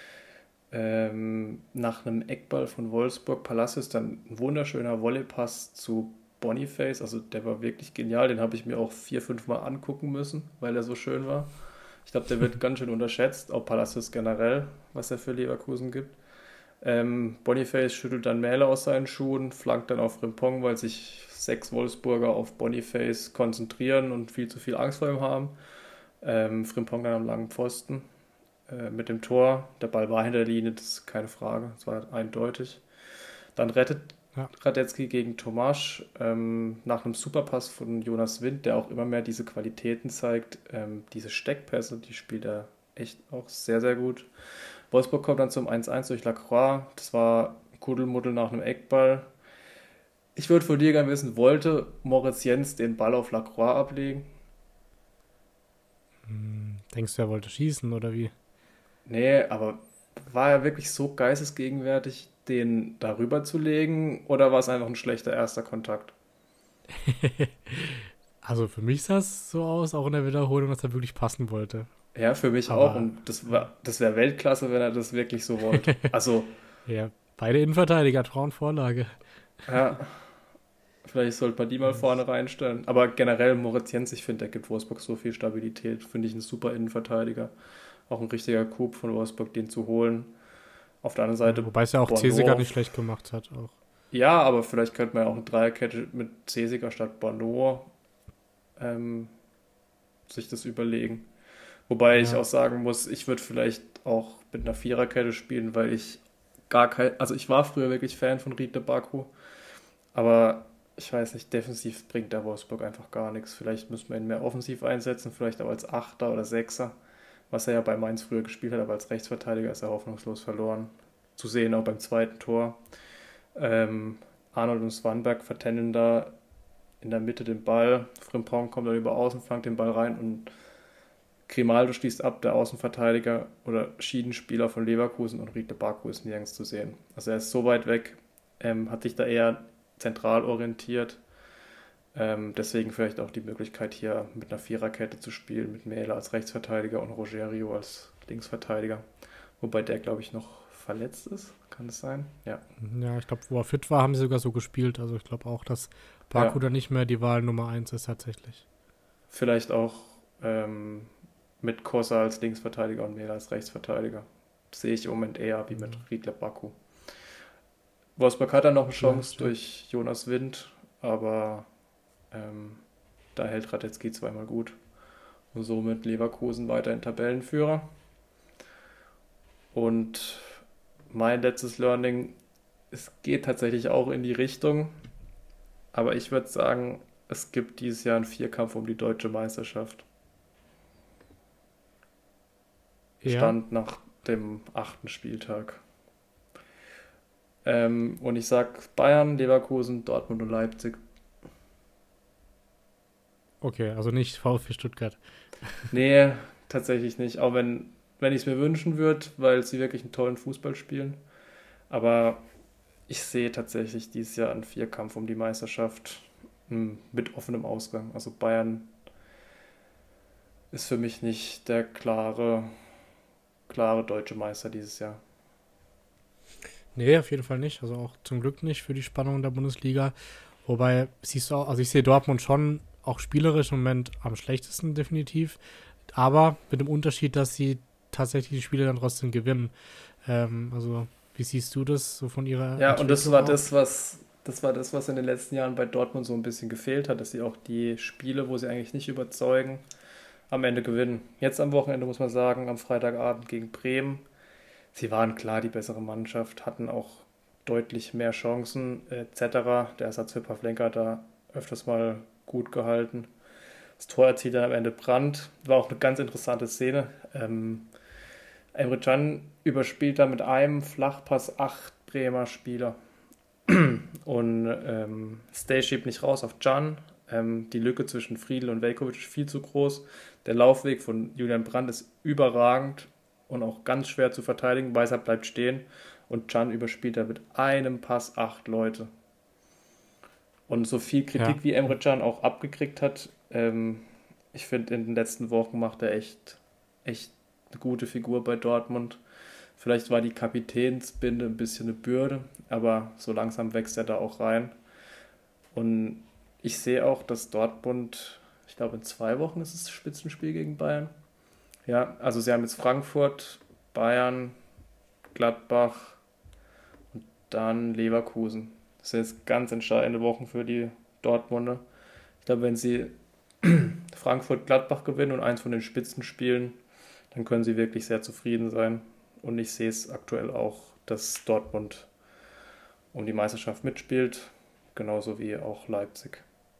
Nach einem Eckball von Wolfsburg, Palacios, dann ein wunderschöner Volleypass zu Boniface. Also der war wirklich genial. Den habe ich mir auch 4, 5 Mal angucken müssen, weil er so schön war. Ich glaube, der wird ganz schön unterschätzt, auch Palacios generell, was er für Leverkusen gibt. Boniface schüttelt dann Mähle aus seinen Schuhen, flankt dann auf Frimpong, weil sich 6 Wolfsburger auf Boniface konzentrieren und viel zu viel Angst vor ihm haben. Frimpong dann am langen Pfosten mit dem Tor. Der Ball war hinter der Linie, das ist keine Frage, das war eindeutig. Dann rettet Ja. Radetzky gegen Tomasch nach einem Superpass von Jonas Wind, der auch immer mehr diese Qualitäten zeigt. Diese Steckpässe, die spielt er echt auch sehr, sehr gut. Wolfsburg kommt dann zum 1:1 durch Lacroix. Das war ein Kuddelmuddel nach einem Eckball. Ich würde von dir gerne wissen, wollte Moritz Jens den Ball auf Lacroix ablegen? Denkst du, er wollte schießen oder wie? Nee, aber war er wirklich so geistesgegenwärtig, den darüber zu legen, oder war es einfach ein schlechter erster Kontakt? Also für mich sah es so aus, auch in der Wiederholung, dass er wirklich passen wollte. Ja, für mich auch. Aber Und das wäre Weltklasse, wenn er das wirklich so wollte. Also, ja, beide Innenverteidiger, Traumvorlage. ja, vielleicht sollte man die mal vorne reinstellen. Aber generell Moritz Jens, ich finde, der gibt Wolfsburg so viel Stabilität. Finde ich ein super Innenverteidiger. Auch ein richtiger Coup von Wolfsburg, den zu holen. Auf der anderen Seite Wobei es ja auch Cesiger Bono. nicht schlecht gemacht hat. Auch. Ja, aber vielleicht könnte man ja auch eine Dreierkette mit Cesiger statt Bono ähm, sich das überlegen. Wobei ich Ja, auch sagen muss, ich würde vielleicht auch mit einer Viererkette spielen, weil ich gar kein, also ich war früher wirklich Fan von Ried de Baku, aber ich weiß nicht, defensiv bringt der Wolfsburg einfach gar nichts. Vielleicht müssen wir ihn mehr offensiv einsetzen, vielleicht auch als Achter oder Sechser, was er ja bei Mainz früher gespielt hat, aber als Rechtsverteidiger ist er hoffnungslos verloren. Zu sehen auch beim zweiten Tor. Arnold und Swanberg vertändeln da in der Mitte den Ball. Frimpong kommt dann über außen, flankt den Ball rein und Grimaldo schließt ab, der Außenverteidiger oder Schiedenspieler von Leverkusen, und Ried de Baku ist nirgends zu sehen. Also er ist so weit weg, hat sich da eher zentral orientiert. Deswegen vielleicht auch die Möglichkeit hier mit einer Viererkette zu spielen, mit Mähler als Rechtsverteidiger und Rogerio als Linksverteidiger. Wobei der, glaube ich, noch verletzt ist. Kann es sein? Ja. ja, ich glaube, wo er fit war, haben sie sogar so gespielt. Also ich glaube auch, dass Baku Ja. dann nicht mehr die Wahl Nummer 1 ist tatsächlich. Vielleicht auch mit Kosa als Linksverteidiger und Mähler als Rechtsverteidiger. Sehe ich im Moment eher wie mit Riedle Baku. Wolfsburg hat dann noch eine Chance Vielleicht, ja. durch Jonas Wind, aber da hält Radetzky zweimal gut. Und somit Leverkusen weiterhin Tabellenführer. Und mein letztes Learning, es geht tatsächlich auch in die Richtung, aber ich würde sagen, es gibt dieses Jahr einen Vierkampf um die deutsche Meisterschaft. Ja, Stand nach dem 8. Spieltag. Und ich sag Bayern, Leverkusen, Dortmund und Leipzig. okay, also nicht VfB Stuttgart. Nee, tatsächlich nicht. Auch wenn ich es mir wünschen würde, weil sie wirklich einen tollen Fußball spielen. Aber ich sehe tatsächlich dieses Jahr einen Vierkampf um die Meisterschaft mit offenem Ausgang. Also Bayern ist für mich nicht der klare deutsche Meister dieses Jahr. Nee, auf jeden Fall nicht. Also auch zum Glück nicht für die Spannung der Bundesliga. Wobei, siehst du auch, also ich sehe Dortmund schon auch spielerisch im Moment am schlechtesten definitiv. Aber mit dem Unterschied, dass sie tatsächlich die Spiele dann trotzdem gewinnen. Also, wie siehst du das so von ihrer Ja, und Entwicklung auch? das war das, was in den letzten Jahren bei Dortmund so ein bisschen gefehlt hat, dass sie auch die Spiele, wo sie eigentlich nicht überzeugen, am Ende gewinnen. Jetzt am Wochenende muss man sagen, am Freitagabend gegen Bremen. Sie waren klar die bessere Mannschaft, hatten auch deutlich mehr Chancen etc. Der Ersatz für Pavlenka hat da öfters mal gut gehalten. Das Tor erzielt dann am Ende Brandt. War auch eine ganz interessante Szene. Emre Can überspielt da mit einem Flachpass 8 Bremer Spieler. Und Stay schiebt nicht raus auf Can. Die Lücke zwischen Friedl und Veljkovic ist viel zu groß. Der Laufweg von Julian Brandt ist überragend. und auch ganz schwer zu verteidigen. Weißer bleibt stehen und Can überspielt da mit einem Pass 8 Leute. Und so viel Ja, Kritik wie Emre Can auch abgekriegt hat, ich finde, in den letzten Wochen macht er echt eine gute Figur bei Dortmund. Vielleicht war die Kapitänsbinde ein bisschen eine Bürde, aber so langsam wächst er da auch rein. Und ich sehe auch, dass Dortmund, ich glaube in 2 Wochen ist es das Spitzenspiel gegen Bayern. Ja, also sie haben jetzt Frankfurt, Bayern, Gladbach, dann Leverkusen. Das sind jetzt ganz entscheidende Wochen für die Dortmunder. Ich glaube, wenn sie Frankfurt-Gladbach gewinnen und eins von den Spitzen spielen, dann können sie wirklich sehr zufrieden sein. Und ich sehe es aktuell auch, dass Dortmund um die Meisterschaft mitspielt, genauso wie auch Leipzig.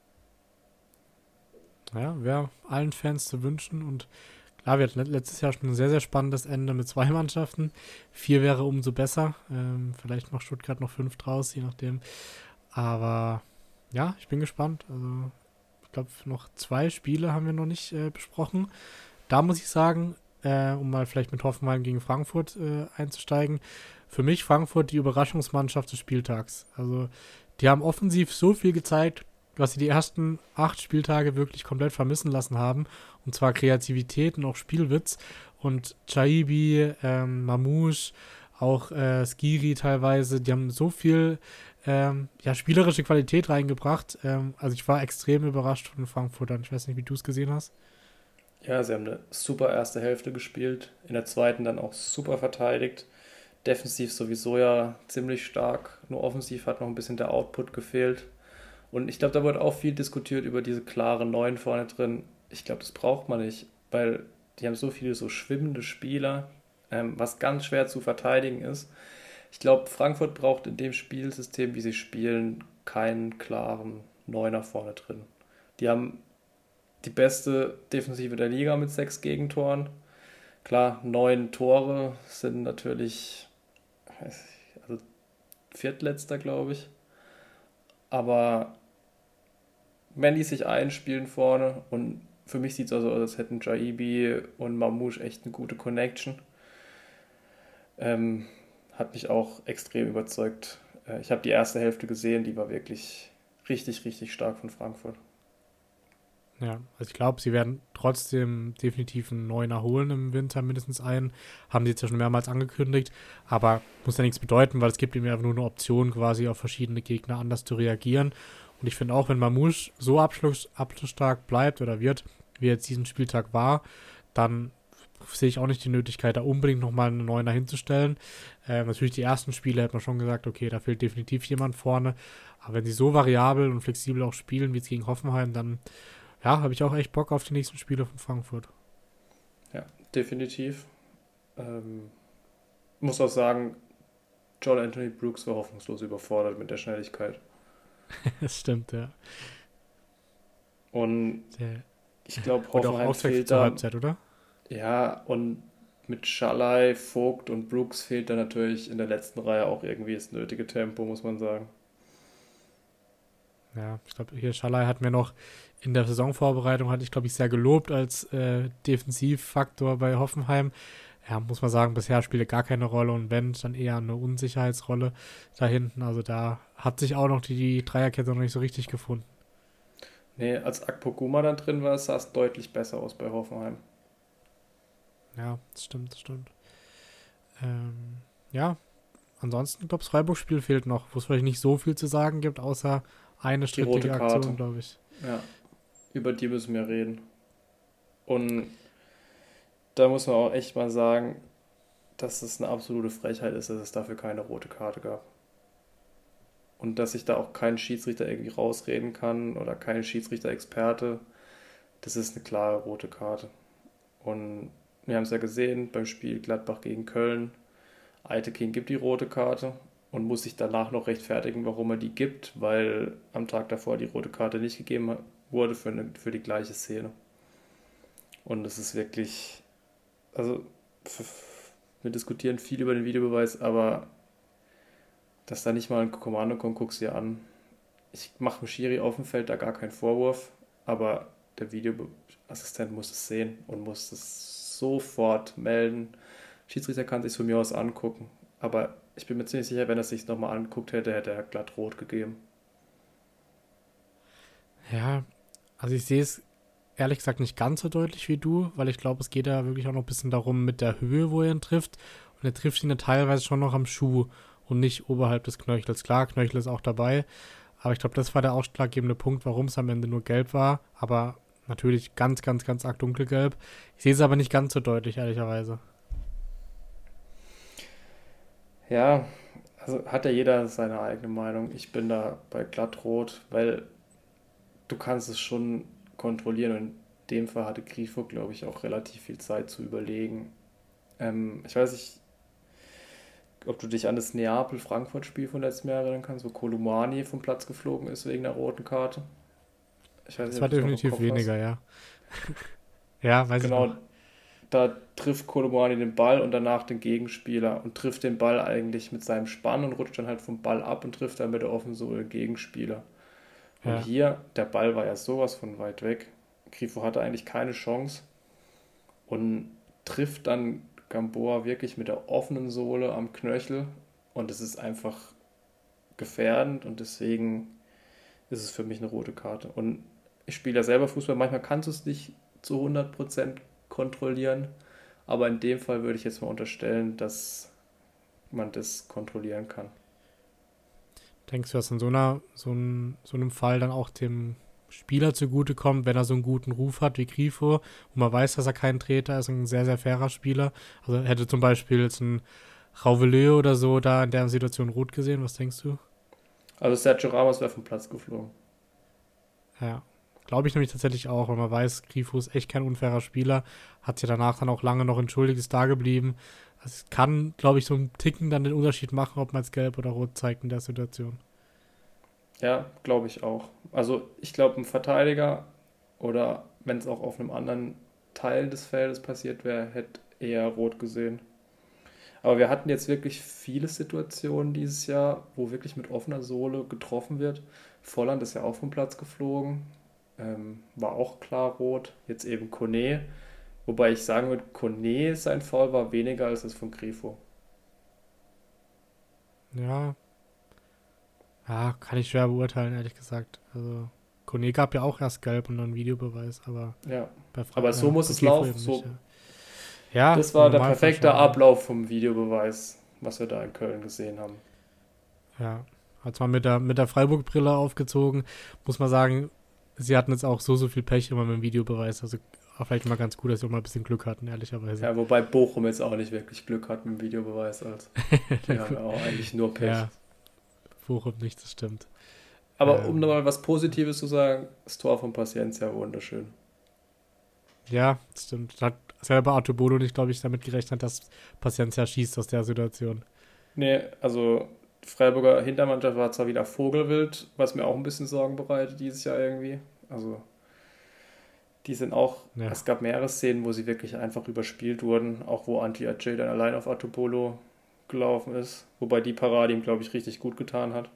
ja, wäre allen Fans zu wünschen. Und klar, wir hatten letztes Jahr schon ein sehr, sehr spannendes Ende mit 2 Mannschaften. 4 wäre umso besser. Vielleicht macht Stuttgart noch 5 draus, je nachdem. Aber ja, ich bin gespannt. Also ich glaube, noch 2 Spiele haben wir noch nicht besprochen. Da muss ich sagen, um mal vielleicht mit Hoffenheim gegen Frankfurt einzusteigen, für mich Frankfurt die Überraschungsmannschaft des Spieltags. Also die haben offensiv so viel gezeigt, was sie die ersten 8 Spieltage wirklich komplett vermissen lassen haben. Und zwar Kreativität und auch Spielwitz. Und Chaibi, Mamouche, auch Skiri teilweise, die haben so viel ja, spielerische Qualität reingebracht. Also ich war extrem überrascht von den Frankfurtern. Ich weiß nicht, wie du es gesehen hast. Ja, sie haben eine super erste Hälfte gespielt, in der zweiten dann auch super verteidigt. Defensiv sowieso ja ziemlich stark, nur offensiv hat noch ein bisschen der Output gefehlt. Und ich glaube, da wurde auch viel diskutiert über diese klare Neun vorne drin. Ich glaube, das braucht man nicht, weil die haben so viele so schwimmende Spieler, was ganz schwer zu verteidigen ist. Ich glaube, Frankfurt braucht in dem Spielsystem, wie sie spielen, keinen klaren Neuner vorne drin. Die haben die beste Defensive der Liga mit 6 Gegentoren. Klar, 9 Tore sind natürlich, also Viertletzter, glaube ich. Aber wenn die sich einspielen vorne und für mich sieht es also aus, als hätten Jaibi und Mamouche echt eine gute Connection. Ähm, Hat mich auch extrem überzeugt. Ich habe die erste Hälfte gesehen, die war wirklich richtig, richtig stark von Frankfurt. Ja, also ich glaube, sie werden trotzdem definitiv einen Neuner holen im Winter, mindestens einen. Haben sie jetzt ja schon mehrmals angekündigt, aber muss ja nichts bedeuten, weil es gibt ihm ja nur eine Option, quasi auf verschiedene Gegner anders zu reagieren. Und ich finde auch, wenn Mamouche so abschlussstark bleibt oder wird, wie er jetzt diesen Spieltag war, dann sehe ich auch nicht die Nötigkeit, da unbedingt nochmal einen Neuner hinzustellen. Natürlich die ersten Spiele hätte man schon gesagt, okay, da fehlt definitiv jemand vorne. Aber wenn sie so variabel und flexibel auch spielen, wie jetzt gegen Hoffenheim, dann ja, habe ich auch echt Bock auf die nächsten Spiele von Frankfurt. Ja, definitiv. Ähm, Muss auch sagen, John Anthony Brooks war hoffnungslos überfordert mit der Schnelligkeit. Das stimmt, ja. Und Der ich glaube, wurde auch Hoffenheim auswechselt fehlt zur da, Halbzeit, oder? ja, und mit Schalai, Vogt und Brooks fehlt da natürlich in der letzten Reihe auch irgendwie das nötige Tempo, muss man sagen. Ja, ich glaube, hier Schalai hat mir noch in der Saisonvorbereitung, hatte ich, glaube ich, sehr gelobt als Defensivfaktor bei Hoffenheim. Ja, muss man sagen, bisher spielt er gar keine Rolle und wenn, dann eher eine Unsicherheitsrolle da hinten. Also da hat sich auch noch die Dreierkette noch nicht so richtig gefunden. Nee, als Akpoguma da drin war, sah es deutlich besser aus bei Hoffenheim. Ja, das stimmt, das stimmt. Ja, ansonsten, glaube ich, das Freiburg-Spiel fehlt noch, wo es vielleicht nicht so viel zu sagen gibt, außer eine Die rote strittige Aktion, Karte, glaube ich. ja, über die müssen wir reden. Und da muss man auch echt mal sagen, dass es eine absolute Frechheit ist, dass es dafür keine rote Karte gab. Und dass sich da auch kein Schiedsrichter irgendwie rausreden kann oder kein Schiedsrichter-Experte. Das ist eine klare rote Karte. Und wir haben es ja gesehen beim Spiel Gladbach gegen Köln. Eitekin gibt die rote Karte und muss sich danach noch rechtfertigen, warum er die gibt, weil am Tag davor die rote Karte nicht gegeben wurde für die gleiche Szene. Und es ist wirklich, also wir diskutieren viel über den Videobeweis, aber dass da nicht mal ein Kommando kommt, guck's dir an. Ich mache dem Schiri auf dem Feld da gar keinen Vorwurf, aber der Videoassistent muss es sehen und muss es sofort melden, Schiedsrichter kann sich von mir aus angucken. Aber ich bin mir ziemlich sicher, wenn er es sich nochmal angeguckt hätte, hätte er glatt rot gegeben. Ja, also ich sehe es ehrlich gesagt nicht ganz so deutlich wie du, weil ich glaube, es geht da wirklich auch noch ein bisschen darum mit der Höhe, wo er ihn trifft. Und er trifft ihn ja teilweise schon noch am Schuh und nicht oberhalb des Knöchels. Klar, Knöchel ist auch dabei, aber ich glaube, das war der ausschlaggebende Punkt, warum es am Ende nur gelb war. Aber natürlich ganz, ganz, ganz arg dunkelgelb. Ich sehe es aber nicht ganz so deutlich, ehrlicherweise. Ja, also hat ja jeder seine eigene Meinung. Ich bin da bei glattrot, weil du kannst es schon kontrollieren. Und in dem Fall hatte Grifo, glaube ich, auch relativ viel Zeit zu überlegen. Ich weiß nicht, ob du dich an das Neapel-Frankfurt-Spiel von letztem Jahr erinnern kannst, wo Kolumani vom Platz geflogen ist wegen der roten Karte. Ich weiß Das nicht, ob war du es noch im definitiv Kopf hast. weniger, ja. Ja, weiß ich noch. Genau, da trifft Kolumani den Ball und danach den Gegenspieler und trifft den Ball eigentlich mit seinem Spann und rutscht dann halt vom Ball ab und trifft dann mit der offenen Sohle den Gegenspieler. Und Ja, hier, der Ball war ja sowas von weit weg. Grifo hatte eigentlich keine Chance und trifft dann Gamboa wirklich mit der offenen Sohle am Knöchel und es ist einfach gefährdend und deswegen ist es für mich eine rote Karte. Und ich spiele ja selber Fußball, manchmal kannst du es nicht zu 100% kontrollieren, aber in dem Fall würde ich jetzt mal unterstellen, dass man das kontrollieren kann. denkst du, dass in so einem Fall dann auch dem Spieler zugutekommt, wenn er so einen guten Ruf hat wie Grifo und man weiß, dass er kein Treter ist, ein sehr, sehr fairer Spieler? Also hätte zum Beispiel jetzt ein Rauveleu oder so da in der Situation rot gesehen, was denkst du? Also Sergio Ramos wäre vom Platz geflogen. Ja, glaube ich nämlich tatsächlich auch, weil man weiß, Grifo ist echt kein unfairer Spieler, hat sich danach dann auch lange noch entschuldigt, ist da geblieben. Also es kann, glaube ich, so ein Ticken dann den Unterschied machen, ob man es gelb oder rot zeigt in der Situation. Ja, glaube ich auch. Also ich glaube, ein Verteidiger oder wenn es auch auf einem anderen Teil des Feldes passiert wäre, hätte eher rot gesehen. Aber wir hatten jetzt wirklich viele Situationen dieses Jahr, wo wirklich mit offener Sohle getroffen wird. Volland ist ja auch vom Platz geflogen, war auch klar rot. Jetzt eben Kone, wobei ich sagen würde, Kone sein Foul war weniger als das von Grifo. Ja, ja, kann ich schwer beurteilen, ehrlich gesagt. Also, Kone gab ja auch erst gelb und dann Videobeweis, aber Ja, aber so ja, muss bei es Grifo laufen. eben nicht, So, ja. Ja, das im war der Normalfall perfekte schon, ja. Ablauf vom Videobeweis, was wir da in Köln gesehen haben. Ja. Hat zwar mit der Freiburg-Brille aufgezogen, muss man sagen, sie hatten jetzt auch so, so viel Pech immer mit dem Videobeweis. Also, auch vielleicht mal ganz gut, dass sie auch mal ein bisschen Glück hatten, ehrlicherweise. Ja, wobei Bochum jetzt auch nicht wirklich Glück hat mit dem Videobeweis. Also, die haben ja auch eigentlich nur Pech. Ja, Bochum nicht, das stimmt. Aber um Ähm, nochmal was Positives zu sagen, das Tor von Paciencia wunderschön. ja, das stimmt. Da hat selber Artur Bodo nicht, glaube ich, damit gerechnet, dass Paciencia schießt aus der Situation. Nee, also die Freiburger Hintermannschaft war zwar wieder Vogelwild, was mir auch ein bisschen Sorgen bereitet dieses Jahr irgendwie. Also die sind auch, Ja, es gab mehrere Szenen, wo sie wirklich einfach überspielt wurden, auch wo Anti-Ajay dann allein auf Artupolo gelaufen ist, wobei die Parade ihm, glaube ich, richtig gut getan hat.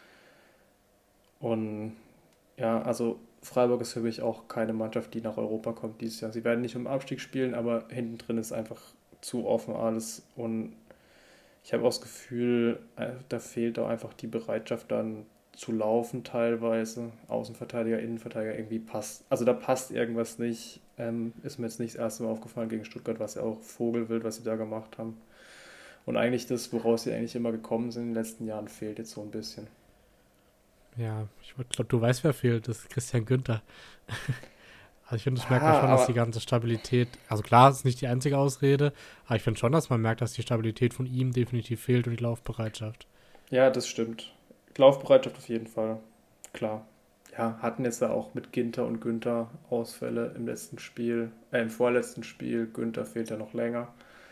Und ja, also Freiburg ist für mich auch keine Mannschaft, die nach Europa kommt dieses Jahr. Sie werden nicht um Abstieg spielen, aber hinten drin ist einfach zu offen alles und ich habe auch das Gefühl, da fehlt auch einfach die Bereitschaft dann zu laufen teilweise. Außenverteidiger, Innenverteidiger irgendwie passt. Also da passt irgendwas nicht. Ist mir jetzt nicht das erste Mal aufgefallen gegen Stuttgart, was ja auch Vogelwild, was sie da gemacht haben. Und eigentlich das, woraus sie eigentlich immer gekommen sind in den letzten Jahren, fehlt jetzt so ein bisschen. ja, ich glaube, du weißt, wer fehlt. Das ist Christian Günther. Also ich finde, das merkt man Ah, schon, dass die aber ganze Stabilität, also klar, es ist nicht die einzige Ausrede, aber ich finde schon, dass man merkt, dass die Stabilität von ihm definitiv fehlt und die Laufbereitschaft. ja, das stimmt. Laufbereitschaft auf jeden Fall. Klar. Ja, hatten jetzt ja auch mit Ginter und Günther Ausfälle im letzten Spiel, im vorletzten Spiel. Günther fehlt ja noch länger.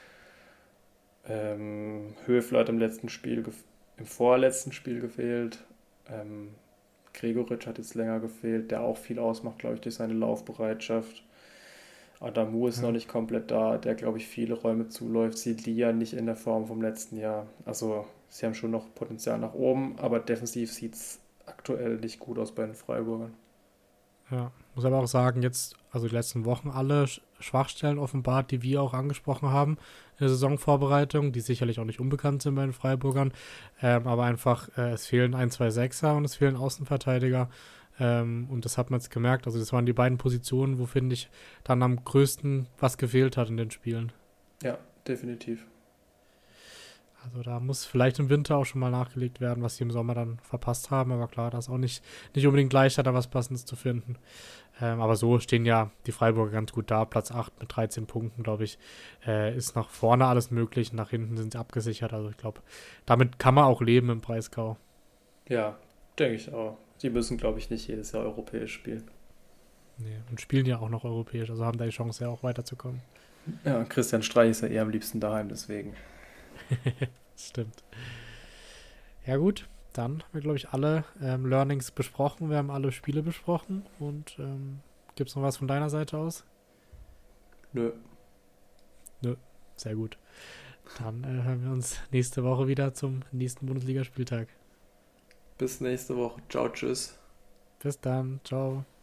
Höfler hat im vorletzten Spiel gefehlt. Ähm, Gregoritsch hat jetzt länger gefehlt, der auch viel ausmacht, glaube ich, durch seine Laufbereitschaft. Adamu ist noch Ja, nicht komplett da, der, glaube ich, viele Räume zuläuft. Silia nicht in der Form vom letzten Jahr. Also, sie haben schon noch Potenzial nach oben, aber defensiv sieht es aktuell nicht gut aus bei den Freiburgern. ja. Muss aber auch sagen, jetzt, also die letzten Wochen, alle Schwachstellen offenbart, die wir auch angesprochen haben in der Saisonvorbereitung, die sicherlich auch nicht unbekannt sind bei den Freiburgern, aber einfach, es fehlen ein, zwei Sechser und es fehlen Außenverteidiger. Und das hat man jetzt gemerkt. Also das waren die beiden Positionen, wo, finde ich, dann am größten was gefehlt hat in den Spielen. Ja, definitiv. Also da muss vielleicht im Winter auch schon mal nachgelegt werden, was sie im Sommer dann verpasst haben. Aber klar, da ist auch nicht unbedingt leichter, da was Passendes zu finden. Aber so stehen ja die Freiburger ganz gut da. Platz 8 mit 13 Punkten, glaube ich, ist nach vorne alles möglich. Nach hinten sind sie abgesichert. Also ich glaube, damit kann man auch leben im Breisgau. Ja, denke ich auch. Die müssen, glaube ich, nicht jedes Jahr europäisch spielen. Nee, und spielen ja auch noch europäisch, also haben da die Chance, ja auch weiterzukommen. Ja, Christian Streich ist ja eher am liebsten daheim, deswegen. Stimmt. Ja gut, dann haben wir, glaube ich, alle Learnings besprochen. Wir haben alle Spiele besprochen. Und gibt es noch was von deiner Seite aus? Nö. Nö, sehr gut. Dann hören wir uns nächste Woche wieder zum nächsten Bundesligaspieltag. Bis nächste Woche. Ciao, tschüss. Bis dann, ciao.